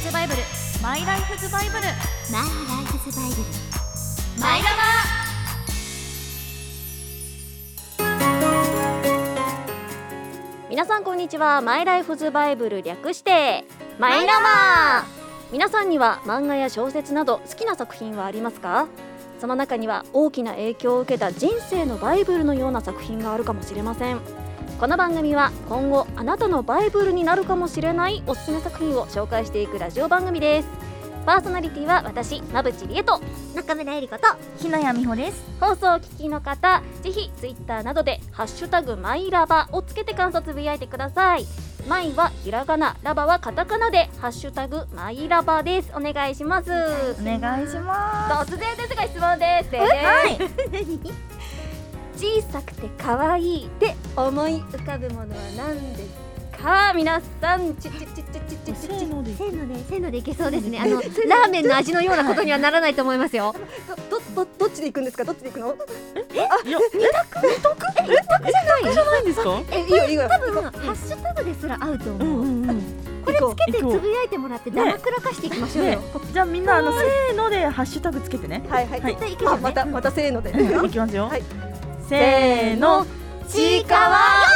ズバイブル、マイライフズバイブル、 マイライフズバイブル、 マイラバ。皆さんこんにちは。マイライフズバイブル略してマイラバ。皆さんには漫画や小説など好きな作品はありますか？その中には大きな影響を受けた人生のバイブルのような作品があるかもしれません。この番組は今後あなたのバイブルになるかもしれないおすすめ作品を紹介していくラジオ番組です。パーソナリティは私、馬淵理恵と中村えりこと日野谷美穂です。 放送を聞きの方、ぜひツイッターなどでハッシュタグマイラバをつけて感想つぶやいてください。マイはひらがな、ラバはカタカナでハッシュタグマイラバです。お願いします。 お願いしま突然ですが質問です。 はい小さくて可愛いって思い浮かぶものは何ですか？皆さん、せーのでせーのでいけそうですね。ラーメンの味のようなことにはならないと思いますよ。 どっちで行くんですか？どっちで行くの？ いや、二択じゃないんですか？ いいよいいよ。 多分ハッシュタグですら合うと思う。これつけてつぶやいてもらってダマくらかしていきましょうよ。 じゃあみんなせーのでハッシュタグつけてね。 はいはい。 絶対いけるよね。 またせーので。 いきますよ。 はいせーの、 ちいかわ。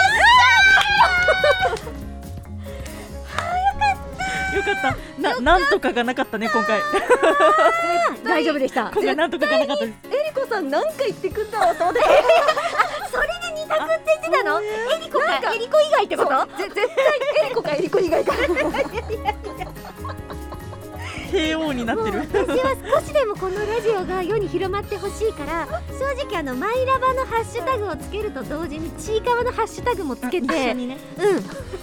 よかった。なんとかがなかったね今回。 大丈夫でした。 今回なんとかがなかったです。 えりこさん何回言ってくんだろうと思って。 それで二択って言ってたの？えりこかえりこ以外ってこと？ 絶対えりこかえりこ以外か。 KO になってる。 私は少しでもこのラジオが世に広まってほしいから、正直マイラバのハッシュタグをつけると同時にちいかわのハッシュタグもつけて、 一緒にね。 何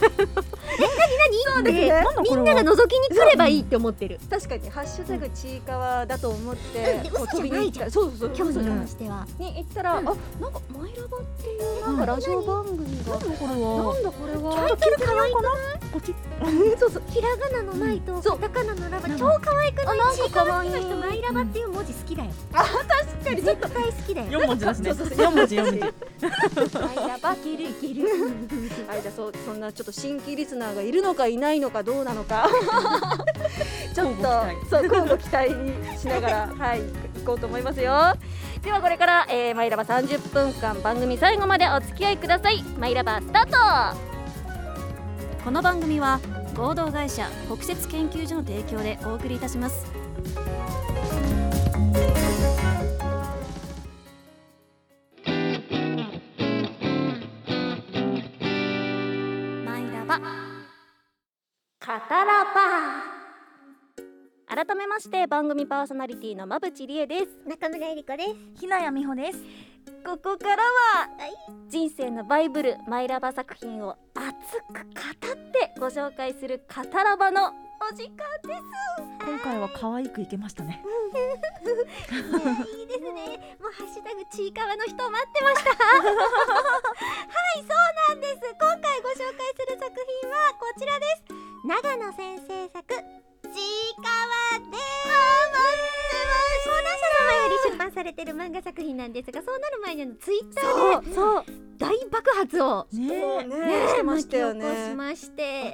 そうですね。 みんなが覗きに来ればいいって思ってる。 確かにハッシュタグちいかわだと思って嘘じゃないじゃん。 そう今日に関してはに行ったら、あ、なんかマイラバっていうなんかラジオ番組が、 これはなんだこれは。 ちゃんと聞いてみようかな。こっち。 そうそう。 ひらがなのマイとそうカタカナのラバ超可愛くない？ なんかちいか可愛いわ好きな人マイラバっていう文字好きだよ。 確かにちょっと絶対好きだよ。 4文字ですね。 そう 4文字4文字。 マイラバいける。はい、じゃあそんなちょっと新規リスナーがいるのかいないのかどうなのかちょっとそう交互期待にしながらはい行こうと思いますよ。ではこれから、マイラバ30分間番組最後までお付き合いください。マイラバスタート。この番組は合同会社北摂研究所の提供でお送りいたします。マイラバカタラバ。改めまして番組パーソナリティの馬淵理恵です。 中村えりこです。 ひなやみほです。 ここからは人生のバイブルマイラバ作品を熱く語ってご紹介するカタラバのお時間です。 今回は可愛くいけましたね。 いいですね。もうハッシュタグちいかわの人待ってました。はい、そうなんです。今回ご紹介する作品はこちらです。長野先生作ちいかわです。講談社様より出版されている漫画作品なんですが、そうなる前にツイッターでそう大爆発をねしてましたよね。 巻き起こしまして、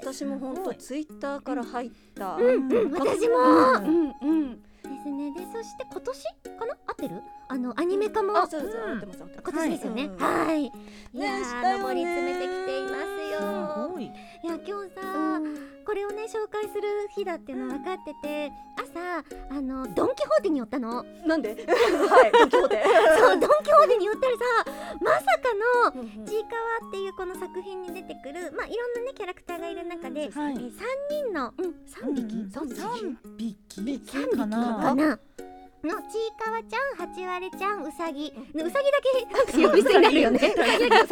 私も本当ツイッターから入った。 私もですね。で、そして今年かな、合ってる？アニメ化もあ、そうそう、合ってます。 今年ですよね。 はいはい。いやー、上り詰めてきていますよ。 すごい。 いや、今日さ、これをね紹介する日だっていうの分かってて、朝ドン・キホーテに寄ったの。 なんで？はい、ドンキホーテ。 そう、ドン・キホーテに寄ったらさ、まさかのちいかわっていうこの作品に出てくる、いろんなねキャラクターがいる中で、 はい 3人の3匹匹かな。 のちいかわちゃん、はちわれちゃん、うさぎだけなんか呼び捨てになるよね。この3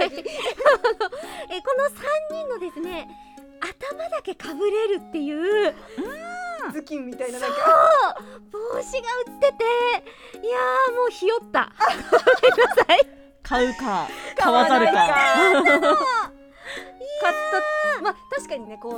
人のですね、頭だけかぶれるっていうズキンみたいななんか帽子が売ってて、いやーもうひよった。ごめんなさい。 買うか買わざるか。 買った。まあ確かにね、こう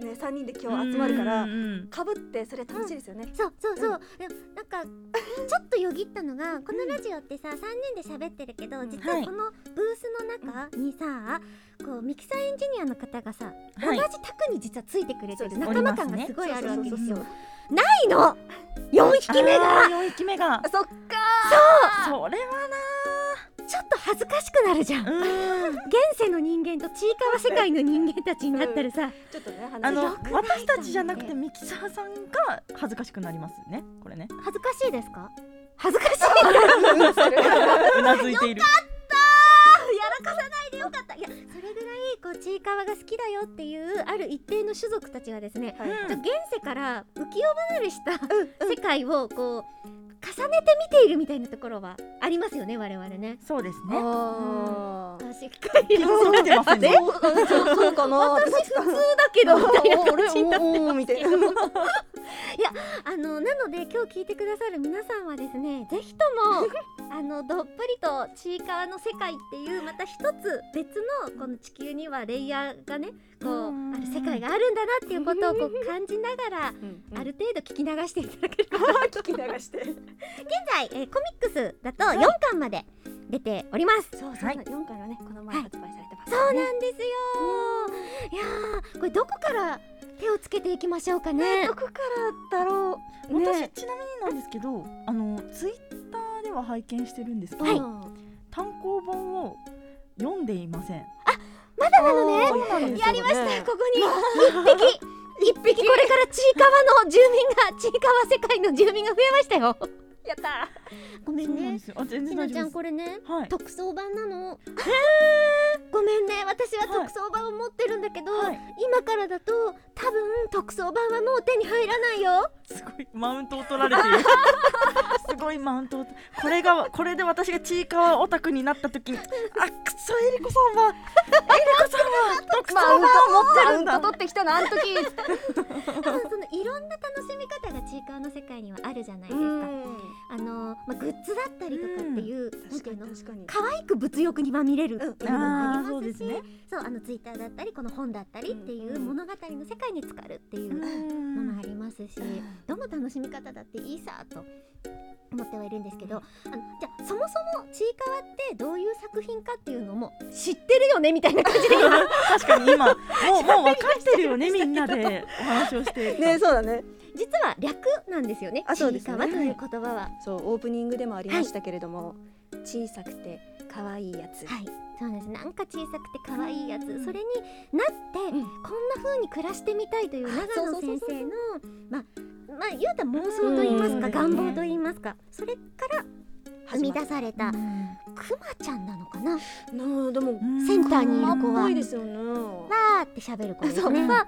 ね3人で今日集まるからうんかぶってそれ楽しいですよね。 そうそうそう、でもなんかちょっとよぎったのがこのラジオってさ3人で喋ってるけど、実はこのブースの中にさこうミキサーエンジニアの方がさ、 はい同じ卓に実はついてくれてるそうです仲間感がすごいあるわけですよ。 そうないの4匹目が 4匹目がそっかそれはちょっと恥ずかしくなるじゃん。現世の人間とちいかわ世界の人間たちになったらさ、 ちょっとね私たちじゃなくてミキサーさんが恥ずかしくなりますね、これね。 恥ずかしいですか？恥ずかしいうなずいている。 やらかさないでよかった。いや、それぐらいこうちいかわが好きだよっていうある一定の種族たちはですね、 はい現世から浮世離れした世界をこう重ねて見ているみたいなところはありますよね、我々ね。 そうですね。 あしっかり気づいてませんね。 そうかな私普通だけどみたいな感じになっておみたいな。 なので今日聞いてくださる皆さんはですね、ぜひともどっぷりとちいかわの世界っていうまた一つ別のこの地球にはレイヤーがねこうある世界があるんだなっていうことをこう感じながらある程度聞き流していただければ。 聞き流して。 現在、コミックスだと4巻まで出ております。 そうはい 4巻がねこの前発売されてます。 そうなんですよ。いやー、これどこから手をつけていきましょうかね。 どこからだろう。 私ちなみになんですけど、ツイッターでは拝見してるんですけど、 はい単行本を読んでいません。 まだなのね。 そうなんですよねやりましたよ、ここに一匹これからちいかわの住民がちいかわ世界の住民が増えましたよ。 やったごめんねそうなんですよ。あ、全ひなちゃん、 然大丈夫です。 これねはい。 特装版なの。ごめんね、私は特装版を持ってるんだけど、 はい今からだと多分特装版はもう手に入らないよ。 すごいマウントを取られている。すごいマウントを。これで私がちいかわオタクになった時に、あ、くそエリコさんは特装版を持ってるんだ。 取ってきたなあの時。 そのいろんな楽しみ方がちいかわの世界にはあるじゃないですか。グッズだったりとかっていう、なんていうの、 確かに。 可愛く物欲にまみれるっていうのもありそうまし、 ですすね。 そうツイッターだったりこの本だったりっていう物語の世界に浸かるっていうのもありますし、どの楽しみ方だっていいさと思ってはいるんですけど、じゃあそもそもちいかわってどういう作品かっていうのも知ってるよねみたいな感じで確かに今もう分かってるよね、みんなでお話をしている。 ね、そうだね。 実は略なんですよね。 あ、そうですねちいかわという言葉は。 そうオープニングでもありましたけれども、小さくて可愛いやつ。 はい、そうです。なんか小さくて可愛いやつ、それになって、こんな風に暮らしてみたいという長野先生のまあ言うたら妄想と言いますか、願望と言いますか、それから生み出されたくまちゃんなのかな。 でもセンターにいる子かっはこいいですよね。 わーって喋る子ですね。 そうわ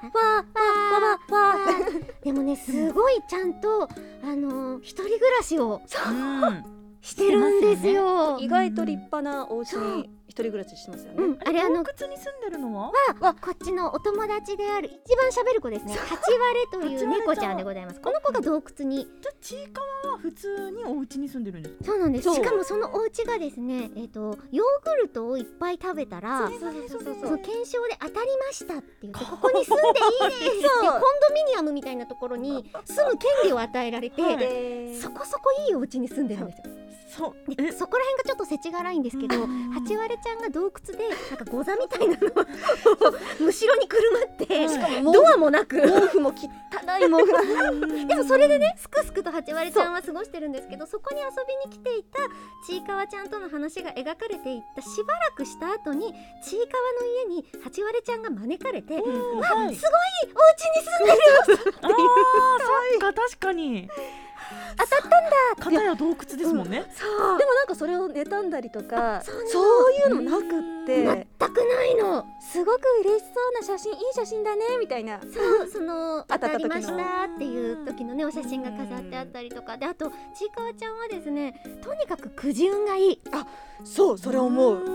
ーでもね、すごいちゃんと一人暮らしをしてるんですよ。 意外と立派なお家に一人暮らししてますよね。 あれ洞窟に住んでるのは？ こっちのお友達である一番喋る子ですね。ハチワレという猫ちゃんでございます。この子が洞窟に。 じゃあちいかわは普通にお家に住んでるんですか？ そうなんです。 そうしかもそのお家がですね、ヨーグルトをいっぱい食べたら、 そうその検証で当たりましたって言って、ここに住んでいいですってコンドミニアムみたいなところに住む権利を与えられて、 はいでそこそこいいお家に住んでるんですよ。 そうでそこら辺がちょっと世知辛いんですけど、ハチワレちゃんが洞窟でなんかゴザみたいなのをむしろにくるまって、 しかもドアもなく毛布も汚い毛布。 でもそれでね、すくすくとハチワレちゃんは過ごしてるんですけど、そこに遊びに来ていたちいかわちゃんとの話が描かれていったしばらくした後に、ちいかわの家にハチワレちゃんが招かれて、わ、すごいお家に住んでるああ、そっか、確かに当たったんだ片や洞窟ですもんね。 そうでもなんかそれを妬んだりとかそうなのそういうのもなくって全くないの。 すごく嬉しそうな写真、いい写真だねみたいな。 そう、その当当たった時のたりましたっていう時のねお写真が飾ってあったりとかで、あとちいかわちゃんはですね、とにかくくじ運がいい。 そう、それ思う。 こ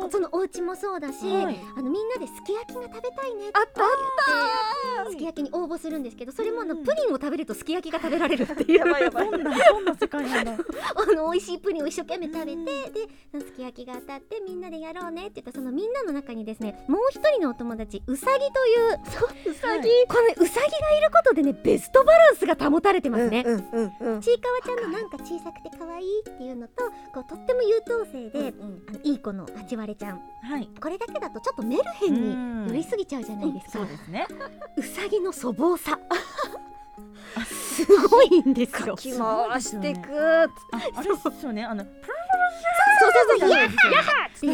そのお家もそうだし、 はい、 みんなですき焼きが食べたいねってあったすき焼きに応募するんですけど、それもプリンを食べるとすき焼きが食べられるっていうやばいやばい。 どんな世界なんだ。 美味しいプリンを一生懸命食べて、ですき焼きが当たってみんなでやろうねって言ったそのみんなの中にですね、もう一人のお友達うさぎという、 うさぎ、 このうさぎがいることでねベストバランスが保たれてますね。ちいかわちゃんのなんか小さくて可愛いっていうのと、こうとっても優等生で、いい子のハチワレちゃん、 はい、 これだけだとちょっとメルヘンに寄りすぎちゃうじゃないですか。 そうですね。 うさぎの粗暴さすごいんですよ。 かき回してくあれですよね、 そうヤッハっていう、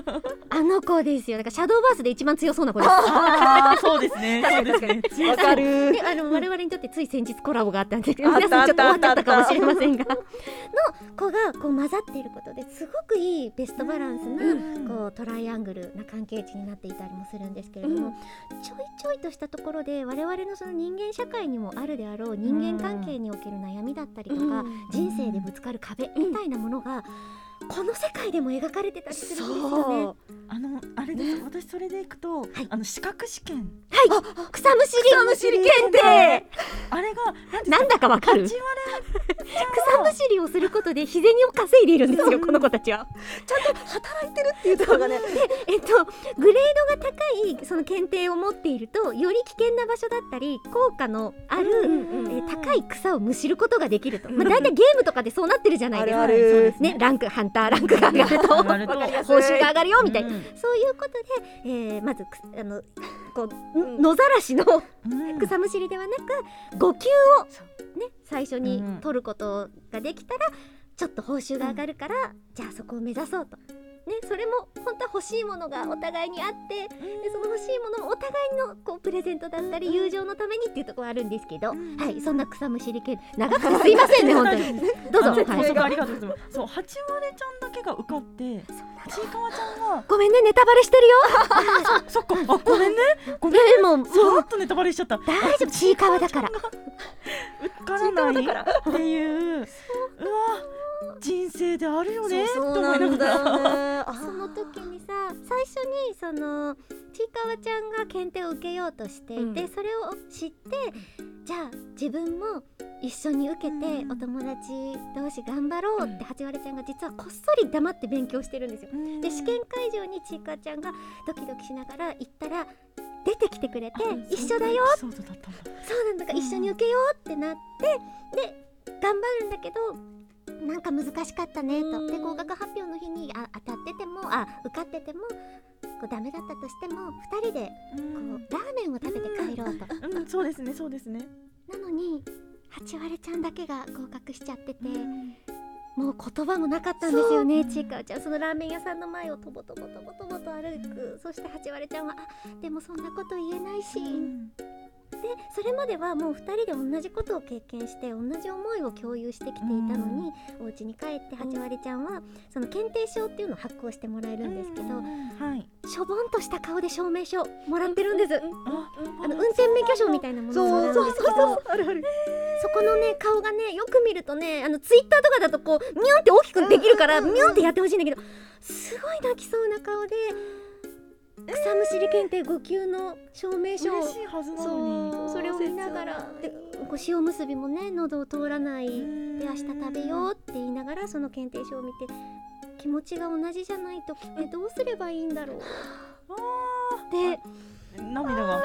あの子ですよ。だからシャドーバースで一番強そうな子です。 そうですね、そうですね。 わかる。 で、我々にとってつい先日コラボがあったんですけど、皆さんちょっと終わっちゃったかもしれませんがの子がこう混ざっていることですごくいいベストバランスなこうトライアングルな関係値になっていたりもするんですけれども、ちょいちょいとしたところで我々のその人間社会にもあるであろう人間関係における悩みだったりとか、人生でぶつかる壁みたいなものがこの世界でも描かれてたりするんですよね。 あれです、私それでいくと、資格試験、 草むしり検定、 あれがなんだかわかる？草むしりをすることで日銭を稼いでいるんですよ、この子たちは。 ちゃんと働いてるっていうところがね。 で、グレードが高いその検定を持っていると、より危険な場所だったり効果のある高い草をむしることができると。だいたいゲームとかでそうなってるじゃないですか。ね、ランクハンターランクが上がると報酬が上がるよみたいな、そういうことで、まずこう野ざらしの草むしりではなく5級をね最初に取ることができたらちょっと報酬が上がるから、じゃあそこを目指そうと。ね、それも本当は欲しいものがお互いにあって、でその欲しいものをお互いのこうプレゼントだったり友情のためにっていうところはあるんですけど、はい、そんな草むしり系長くてすいませんね本当にどうぞ。 ありがとうございます。そう、ハチワレちゃんだけが受かって、ちいかわちゃんはごめんねネタバレしてるよそっか、ごめんね、 でもさらっとネタバレしちゃった。 大丈夫、ちいかわだから受からないっていう、うわ人生であるよねと思いながら、 その時にさ、最初にそのちいかわちゃんが検定を受けようとしていて、それを知って、じゃあ自分も一緒に受けてお友達同士頑張ろうってハチワレちゃんが実はこっそり黙って勉強してるんですよ。で試験会場にちいかわちゃんがドキドキしながら行ったら出てきてくれて、一緒だよ、そうなんだから一緒に受けようってなって、で頑張るんだけどなんか難しかったねと。で合格発表の日に当たってても受かっててもこうダメだったとしても2人でこうラーメンを食べて帰ろうと。 そうですね、そうですね。 なのにハチワレちゃんだけが合格しちゃってて、もう言葉もなかったんですよね。ちいかわちゃんそのラーメン屋さんの前をとぼとぼと歩く。そしてハチワレちゃんはでもそんなこと言えないし、でそれまではもう2人で同じことを経験して同じ思いを共有してきていたのに、お家に帰ってハチワレちゃんはその検定証っていうのを発行してもらえるんですけど、しょぼんとした顔で証明書もらってるんです。運転免許証みたいなものをもらうんですけど、そこのね顔がねよく見るとね、ツイッターとかだとこうミュンって大きくできるからミュンってやってほしいんだけど、すごい泣きそうな顔で草むしり検定5級の証明書を、それを見ながら、でこう塩むすびもね喉を通らないで明日食べようって言いながらその検定書を見て、気持ちが同じじゃない時ってどうすればいいんだろうで涙が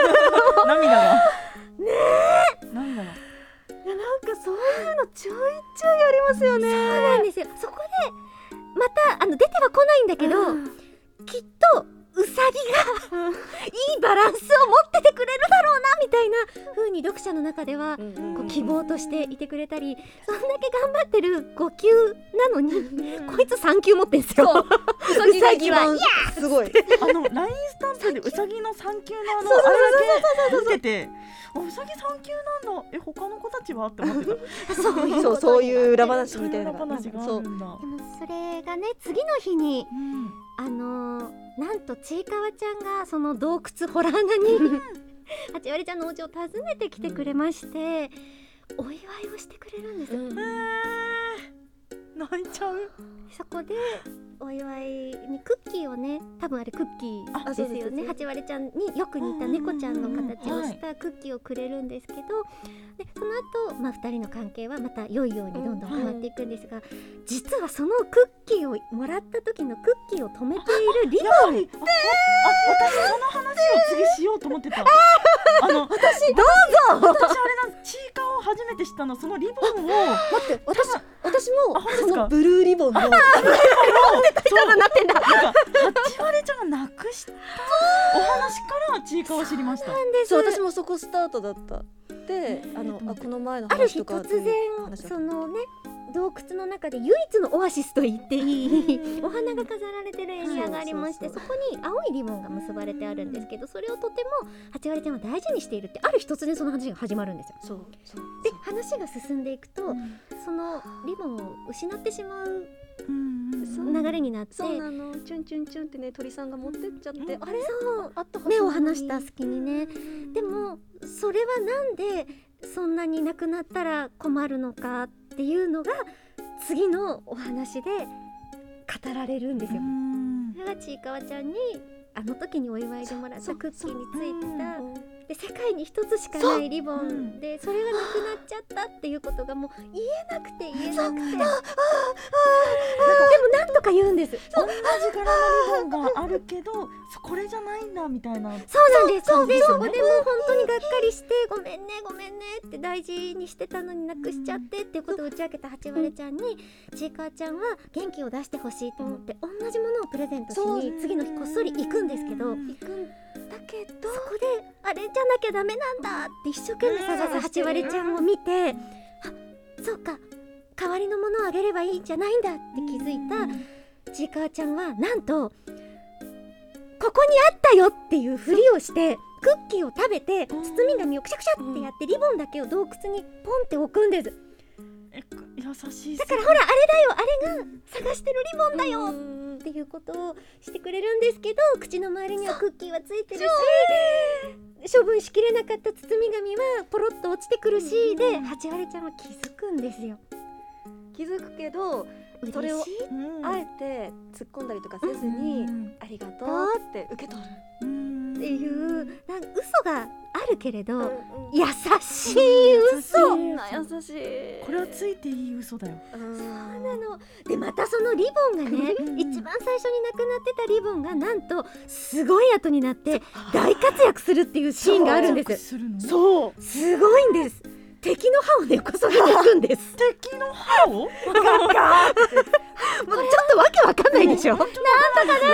なんかそういうのちょいちょいありますよね。 そうなんですよ。そこでまた出ては来ないんだけど、きっとうさぎがいいバランスを持っててくれるだろうなみたいな風に読者の中ではこう希望としていてくれたり、そんだけ頑張ってる5級なのにこいつ3級持ってんすよ。うさぎはすごいラインスタンプでうさぎの3級のあれだけ見てて、うさぎ3級なんだ、他の子たちはって思ってた。 そういう裏話みたいな裏話があるんだ。 でもそれがね次の日になんとちいかわちゃんがその洞窟ホラー穴にハチワレちゃんのお家を訪ねてきてくれまして、お祝いをしてくれるんです。 泣いちゃう。 そこでお祝いにクッキーをね、多分あれクッキーですよね。ハチワレちゃんによく似た猫ちゃんの形をしたクッキーをくれるんですけど、でその後、2人の関係はまた良いようにどんどん変わっていくんですが、実はそのクッキーをもらった時のクッキーを止めているリボン私その話を次しようと思ってた。私どうぞ。私あれなんちいかわを初めて知ったの、そのリボンを待って、私も本当ですかそのブルーリボンのそうなってんだ。ハチワレちゃんがなくしたお話からちいかわを知りました。 そう、私もそこスタートだった。で、この前のある日話とか突然そのね、洞窟の中で唯一のオアシスと言っていいお花が飾られてるエリアがありまして、そこに青いリボンが結ばれてあるんですけど、それをとてもハチワレちゃんは大事にしているって、ある日突然その話が始まるんですよ。 そうで話が進んでいくと、そのリボンを失ってしまう流れになって、 そうなの、チュンチュンチュンってね、鳥さんが持ってっちゃって、あれそうあったはずなのに目を離した隙にね。でもそれはなんでそんなになくなったら困るのかっていうのが次のお話で語られるんですよ。それがちいかわちゃんにあの時にお祝いでもらったクッキーについたで、世界に一つしかないリボンで、それがなくなっちゃったっていうことがもう言えなくてでもなんとか言うんです。 同じ柄のリボンがあるけどこれじゃないんだみたいな。 そうなんです。そこでもう本当にがっかりして、ごめんねって大事にしてたのになくしちゃってっていうことを打ち明けたハチワレちゃんに、ちいかわちゃんは元気を出してほしいと思って同じものをプレゼントしに次の日こっそり行くんですけど、 行くんだけど、 そこであれじゃなきゃダメなんだって一生懸命探すハチワレちゃんを見て、そうか、代わりのものをあげればいいんじゃないんだって気づいたちいかわちゃんは、なんとここにあったよっていうふりをしてクッキーを食べて、包み紙をくしゃくしゃってやって、リボンだけを洞窟にポンって置くんです。 優しい。 だからほら、あれだよ、あれが探してるリボンだよっていうことをしてくれるんですけど、口の周りにはクッキーはついてるし、処分しきれなかった包み紙はポロッと落ちてくるし、でハチワレちゃんは気づくんですよ。 気づくけど、それをあえて突っ込んだりとかせずに、ありがとうって受け取るっていうなんか嘘があるけれど、優しい嘘。 そんな優しい。 これはついていい嘘だよ。 そうなの。でまたそのリボンがね、一番最初になくなってたリボンがなんとすごい後になって大活躍するっていうシーンがあるんです。そうすごいんです。敵の歯を根こそぎ抜くんです。 敵の歯を？ もうちょっとわけわかんないでしょ。なんとかなれ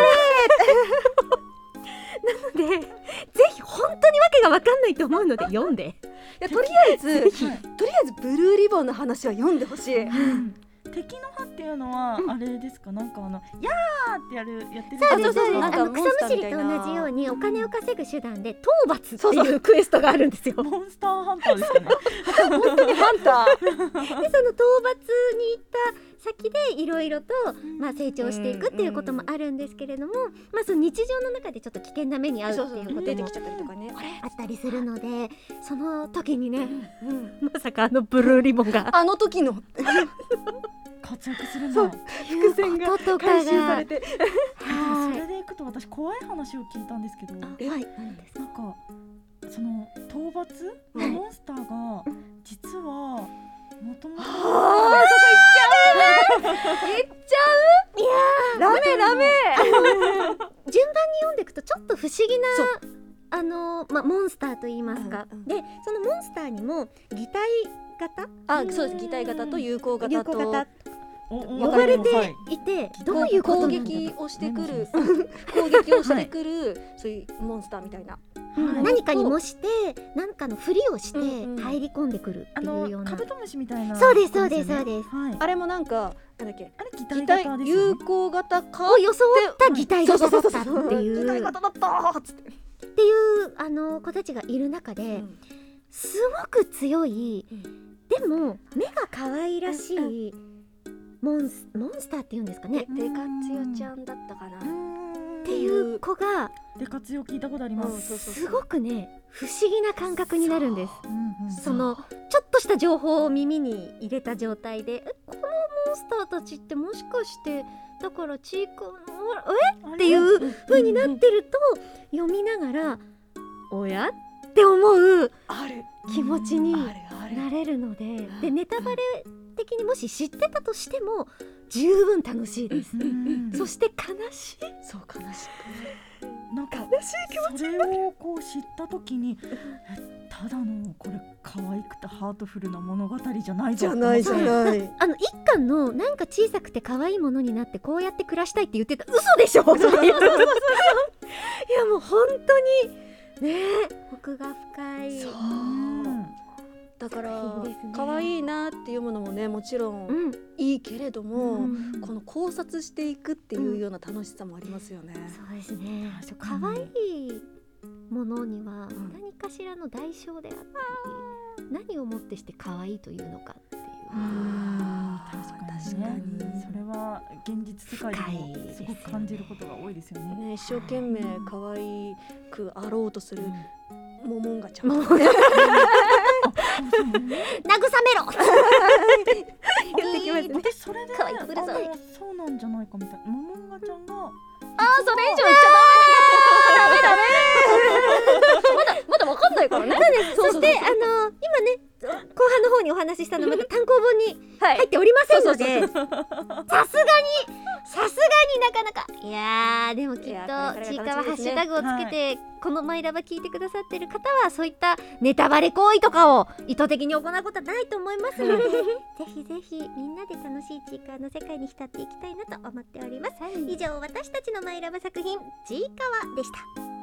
なので、ぜひ本当にわけがわかんないと思うので読んで。 いや、とりあえずブルーリボンの話は読んでほしい。 敵の歯っていうのはあれですか、なんかやーってやってる。 そうですそうです。 なんか草むしりと同じようにお金を稼ぐ手段で討伐っていうクエストがあるんですよ。 モンスターハンターですよね。 本当にハンター。 でその討伐に行った先でいろいろと成長していくっていうこともあるんですけれども、その日常の中でちょっと危険な目に遭うっていうことも出てきちゃったりとかね、 あったりするので、その時にね、まさかブルーリボンがあの時の活躍するんだ。 伏線が回収されて、 それでいくと私怖い話を聞いたんですけど、なんかその討伐のモンスターが実はもともと言っちゃう？ダメ順番に読んでいくとちょっと不思議なモンスターと言いますか、でそのモンスターにも擬態型、 そうです、擬態型と有効型と呼ばれていて、どういうこと攻なんだ撃をしてくるそういうモンスターみたいな、 何かに模して何かのふりをして入り込んでくるっていうような、 カブトムシみたいな。 そうですそうですそうです。 あれもなんかなんだっけ、 あれ擬態型ですよね。 有効型かを装った擬態型だったっていう擬態型だったーっつってっていう子たちがいる中で、すごく強い、でも目が可愛らしいモンスターっていうんですかね、 デカツヨちゃんだったかなっていう子がデカツヨ聞いたことあります。 すごくね不思議な感覚になるんです。そのちょっとした情報を耳に入れた状態で、このモンンスターたちってもしかしてだからちいかわのっていう風になってると読みながらおやって思うある気持ちにあるあるなれるので、でネタバレ的にもし知ってたとしても十分楽しいです。そして悲しい、 そう悲しなんかそれをこう知った時にただのこれ可愛くてハートフルな物語じゃないぞって思ってじゃない一巻のなんか小さくて可愛いものになってこうやって暮らしたいって言ってた嘘でしょいやもう本当にね奥が深い。 そううんだから作品ですね可愛いなっていうものもねもちろんうんいいけれども、 うんこの考察していくっていうような楽しさもありますよね。 そうですね。 確かに可愛いものには何かしらの代償であったり、何をもってして可愛いというのかっていう。 確かにね。それは現実世界でもすごく感じることが多いですよね。 ね、一生懸命可愛くあろうとするモモンガちゃん。 もう慰めろ言ってきますね。 私それで可愛くくださいそうなんじゃないかみたいな。モモンガちゃんがそれ以上言っちゃダメまだわかんないからね。 そして今ね後半の方にお話ししたのまた単行本にはい入っておりませんので、さすがになかなかいやーでもきっいやとこれちいかわハッから楽しみですねシュタグをつけて、このマイラバ聞いてくださってる方はそういったネタバレ行為とかを意図的に行うことはないと思いますのでぜひぜひみんなで楽しいちいかわの世界に浸っていきたいなと思っております。以上私たちのマイラバ作品ちいかわでした。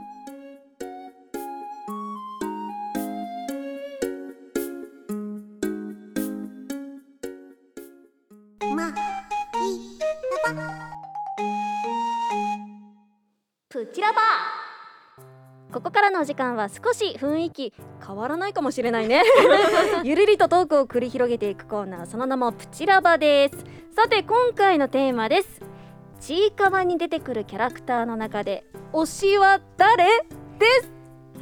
プチラバここからのお時間は少し雰囲気変わらないかもしれないねゆるりとトークを繰り広げていくコーナー、その名もプチラバです。さて今回のテーマです。ちいかわに出てくるキャラクターの中で推しは誰です。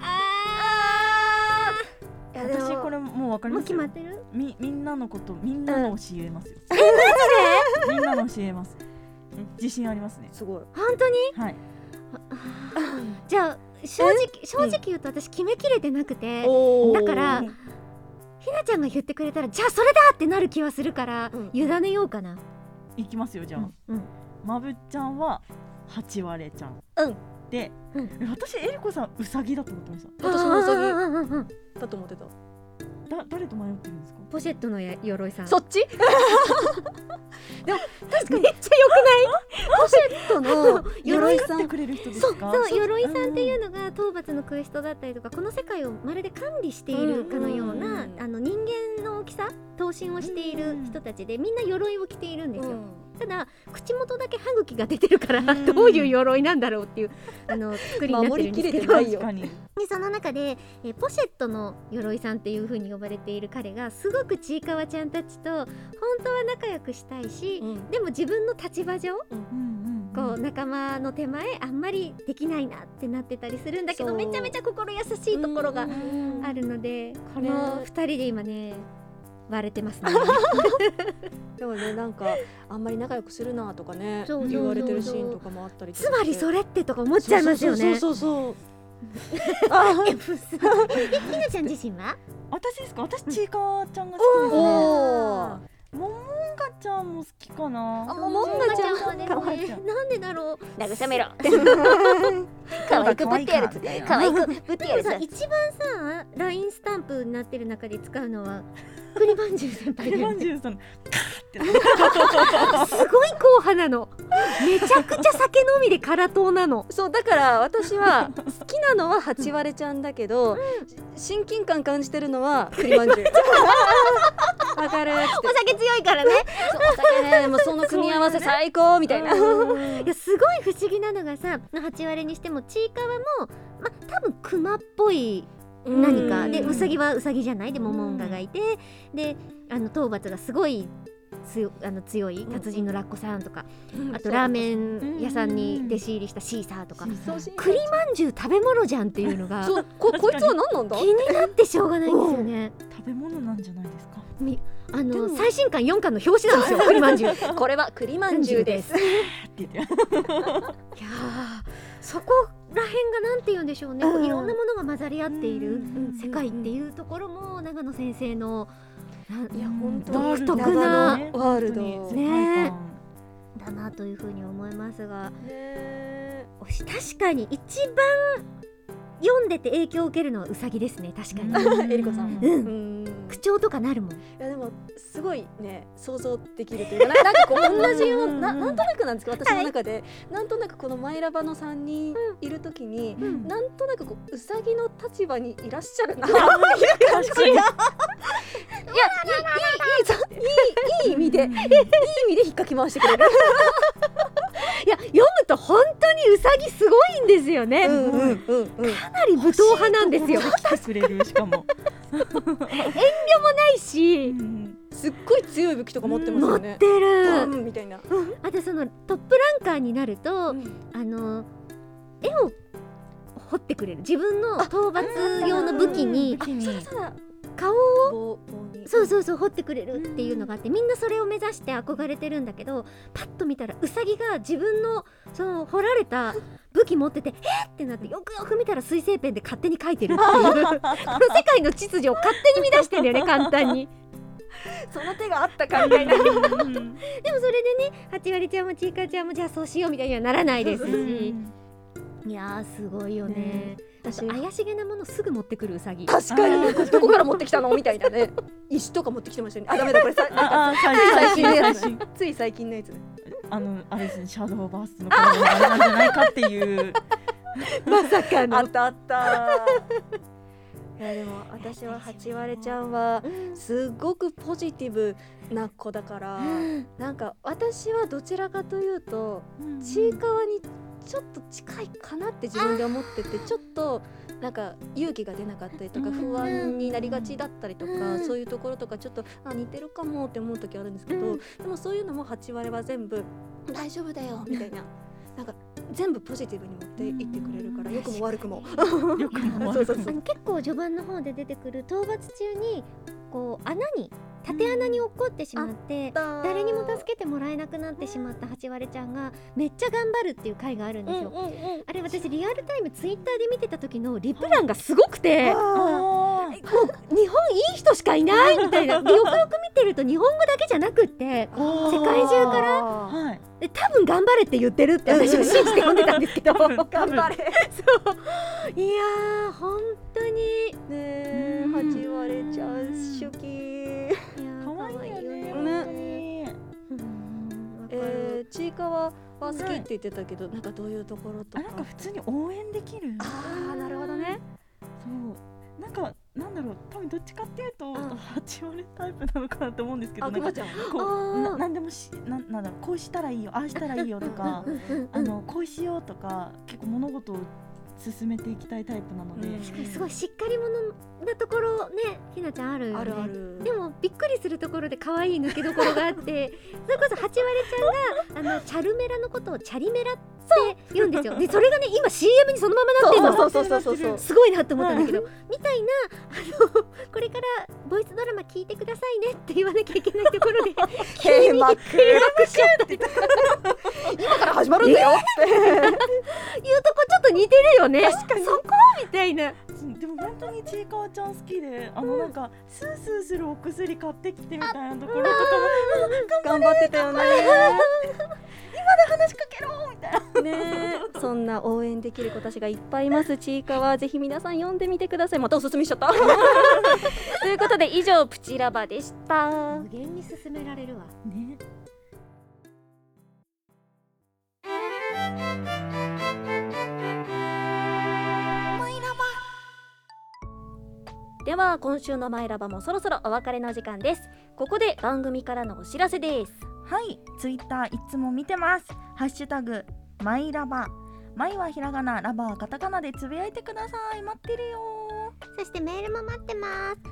私これもうわかりもうますよ。 決まってる？ みんなのことみんなの教えますよ。みんなの教えます。自信ありますね。 すごい。 本当に？ はい。 じゃあ正直言うと私決めきれてなくて、 おーだからひなちゃんが言ってくれたらじゃあそれだってなる気はするから、委ねようかな。 いきますよじゃあ。 うんまぶっちゃんはハチワレちゃん。で、私えりこさんウサギだと思ってまし私もウサギうんだと思ってた。 た。誰と迷ってるんですか？ ポシェットの鎧さん。 そっち？ でも確かにめっちゃ良くない？ポシェットの鎧さん。 作ってくれる人ですそうか？ 鎧さんっていうのが討伐のクエストだったりとかこの世界をまるで管理しているかのような人間の大きさ等身をしている人たちでみんな鎧を着ているんですよ。ただ口元だけ歯茎が出てるからどういう鎧なんだろうっていう作りになってるんですけど、 確かに。 でその中で、ポシェットの鎧さんっていう風に呼ばれている彼がすごくちいかわちゃんたちと本当は仲良くしたいし、でも自分の立場上、こう仲間の手前あんまりできないなってなってたりするんだけど、めちゃめちゃ心優しいところがあるので、この2人で今ね割れてますねでもねなんかあんまり仲良くするなとかねそう言われてるシーンとかもあったりとかつまりそれってとか思っちゃいますよね。 そうひなちゃん自身は？ 私ですか？私ちいかわちゃんが好きですね。 おーももんがちゃんも好きかな。 ももんがちゃんはね可愛いちゃんなんでだろう。 慰めろ可愛くぶってやるつ可愛くぶってやるさ。 でもさ一番さ LINE スタンプになってる中で使うのは栗まんじゅう先輩だよね。 まんじゅうさんすごい硬派なの。めちゃくちゃ酒飲みで辛党なの。 そうだから私は好きなのはハチワレちゃんだけど、親近感感じてるのは栗まんじゅうわかるっつってお酒強いからね。 そうお酒ねもうその組み合わせ最高みたいな、 いやすごい不思議なのがさハチワレにしてもちいかわも多分クマっぽい何かでウサギはウサギじゃない。でもモンガがいてで討伐がすごい強い達人のラッコさんとか、あとラーメン屋さんに弟子入りしたシーサーとか、栗まんじゅう食べ物じゃんっていうのがそうこいつは何なんだ気になってしょうがないんですよね。 食べ物なんじゃないですか。 も最新刊4巻の表紙なんですよ栗まんじゅうこれは栗まんじゅうですって言っていやーそこら辺がなんて言うんでしょうね、こういろんなものが混ざり合っている世界っていうところも長野先生のいや本当独に特なワールドねだなというふうに思いますが、確かに一番読んでて影響を受けるのはうさぎですね。確かにえりこさんは口調とかなるもん。 いやでもすごいね想像できるというかなんかこう同じようななんとなくなんですけど私の中でなんとなくこのマイラバの3人いるときになんとなくこううさぎの立場にいらっしゃるなっていう感じがいやいい意味でいい意味で引っかき回してくれるいや読むと本当にうさぎすごいんですよね。かなり武闘派なんですよ。 来てくれるしかもないし、 すっごい強い武器とか持ってます持っよね。 てる。 みたいな。 あとそのトップランカーになると絵を彫ってくれる。自分の討伐用の武器に顔をそう彫ってくれるっていうのがあって、みんなそれを目指して憧れてるんだけど、パッと見たらウサギが自分のその彫られた武器持っててってなって、よくよく見たら水性ペンで勝手に描いてるっていうこの世界の秩序を勝手に乱してんだよね簡単に。 その手があったかみたいな。 でもそれでね、ハチワレちゃんもチーカーちゃんもじゃあそうしようみたいにはならないですし、いやーすごいよね。私怪しげなものすぐ持ってくるウサギ。 確かにどこから持ってきたのみたいなね。石とか持ってきてましたよね。あ、ダメだこれ最近のやつね。つい最近のやつね。 あれですね、シャドーバーストのあれなんじゃないかっていうまさかのあったあったいやでも私はハチワレちゃんはすごくポジティブな子だから、なんか私はどちらかというとちいかわにちょっと近いかなって自分で思ってて、ちょっとなんか勇気が出なかったりとか不安になりがちだったりとか、そういうところとかちょっと似てるかもって思う時あるんですけど、でもそういうのもハチワレは全部大丈夫だよみたいな、なんか全部ポジティブに持っていってくれるから、良くも悪くもよくもそうそうそう。 結構序盤の方で出てくる討伐中にこう縦穴に落っこってしまって、誰にも助けてもらえなくなってしまったハチワレちゃんがめっちゃ頑張るっていう回があるんですよ。あれ私リアルタイムツイッターで見てた時のリプランがすごくて、もう日本いい人しかいないみたいな。よくよく見てると日本語だけじゃなくって世界中からで多分頑張れって言ってるって私は信じて読んでたんですけど頑張れ。 そういやー本当にね、ハチワレちゃん好き。 可愛いよね。 ちいかわは好きって言ってたけど、なんかどういうところとか。 なんか普通に応援できる。 なるほどね。 そうなんかなんだろう、多分どっちかっていうとハチワレタイプなのかなと思うんですけど、 くまちゃんこうなんでもなんだろう、こうしたらいいよ、ああしたらいいよとかこうしようとか、結構物事を進めていきたいタイプなので、 すごいしっかり者なところね、ひなちゃんあるよね。 あるある。 でもびっくりするところで可愛い抜けどころがあってそれこそハチワレちゃんがチャルメラのことをチャリメラって言うんですよ。でそれがね今 CM にそのままなってるの。 そうすごいなって思ったんだけど、みたいなこれからボイスドラマ聞いてくださいねって言わなきゃいけないところで閉幕しちゃった今から始まるんだよっていうとこちょっと似てるよね。確かにそこみたいな。 でも本当にちいかわちゃん好きで、なんかスースーするお薬買ってきてみたいなところとかも頑張ってたよね。 今で話しかけろみたいなね。そんな応援できる子たちがいっぱいいます。ちいかわぜひ皆さん読んでみてください。またおすすめしちゃったということで以上プチラバでした。 無限に進められるわね。 では今週のマイラバもそろそろお別れの時間です。ここで番組からのお知らせです。 はい、ツイッターいつも見てます。ハッシュタグマイラバ、マイはひらがな、ラバはカタカナでつぶやいてください。待ってるよ。 そしてメールも待ってます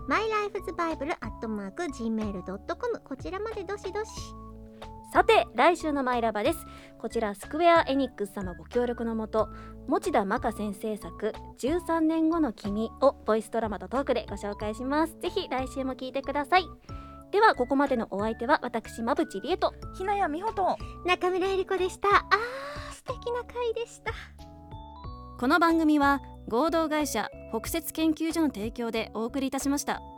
。mylifesbible@gmail.com こちらまでどしどし。 さて来週のマイラバです。こちらスクウェアエニックス様ご協力のもと持田真香先生作13年後の君をボイスドラマとトークでご紹介します。ぜひ来週も聞いてください。ではここまでのお相手は私馬淵理恵とひなやみほと中村えり子でした。素敵な回でした。 この番組は合同会社北雪研究所の提供でお送りいたしました。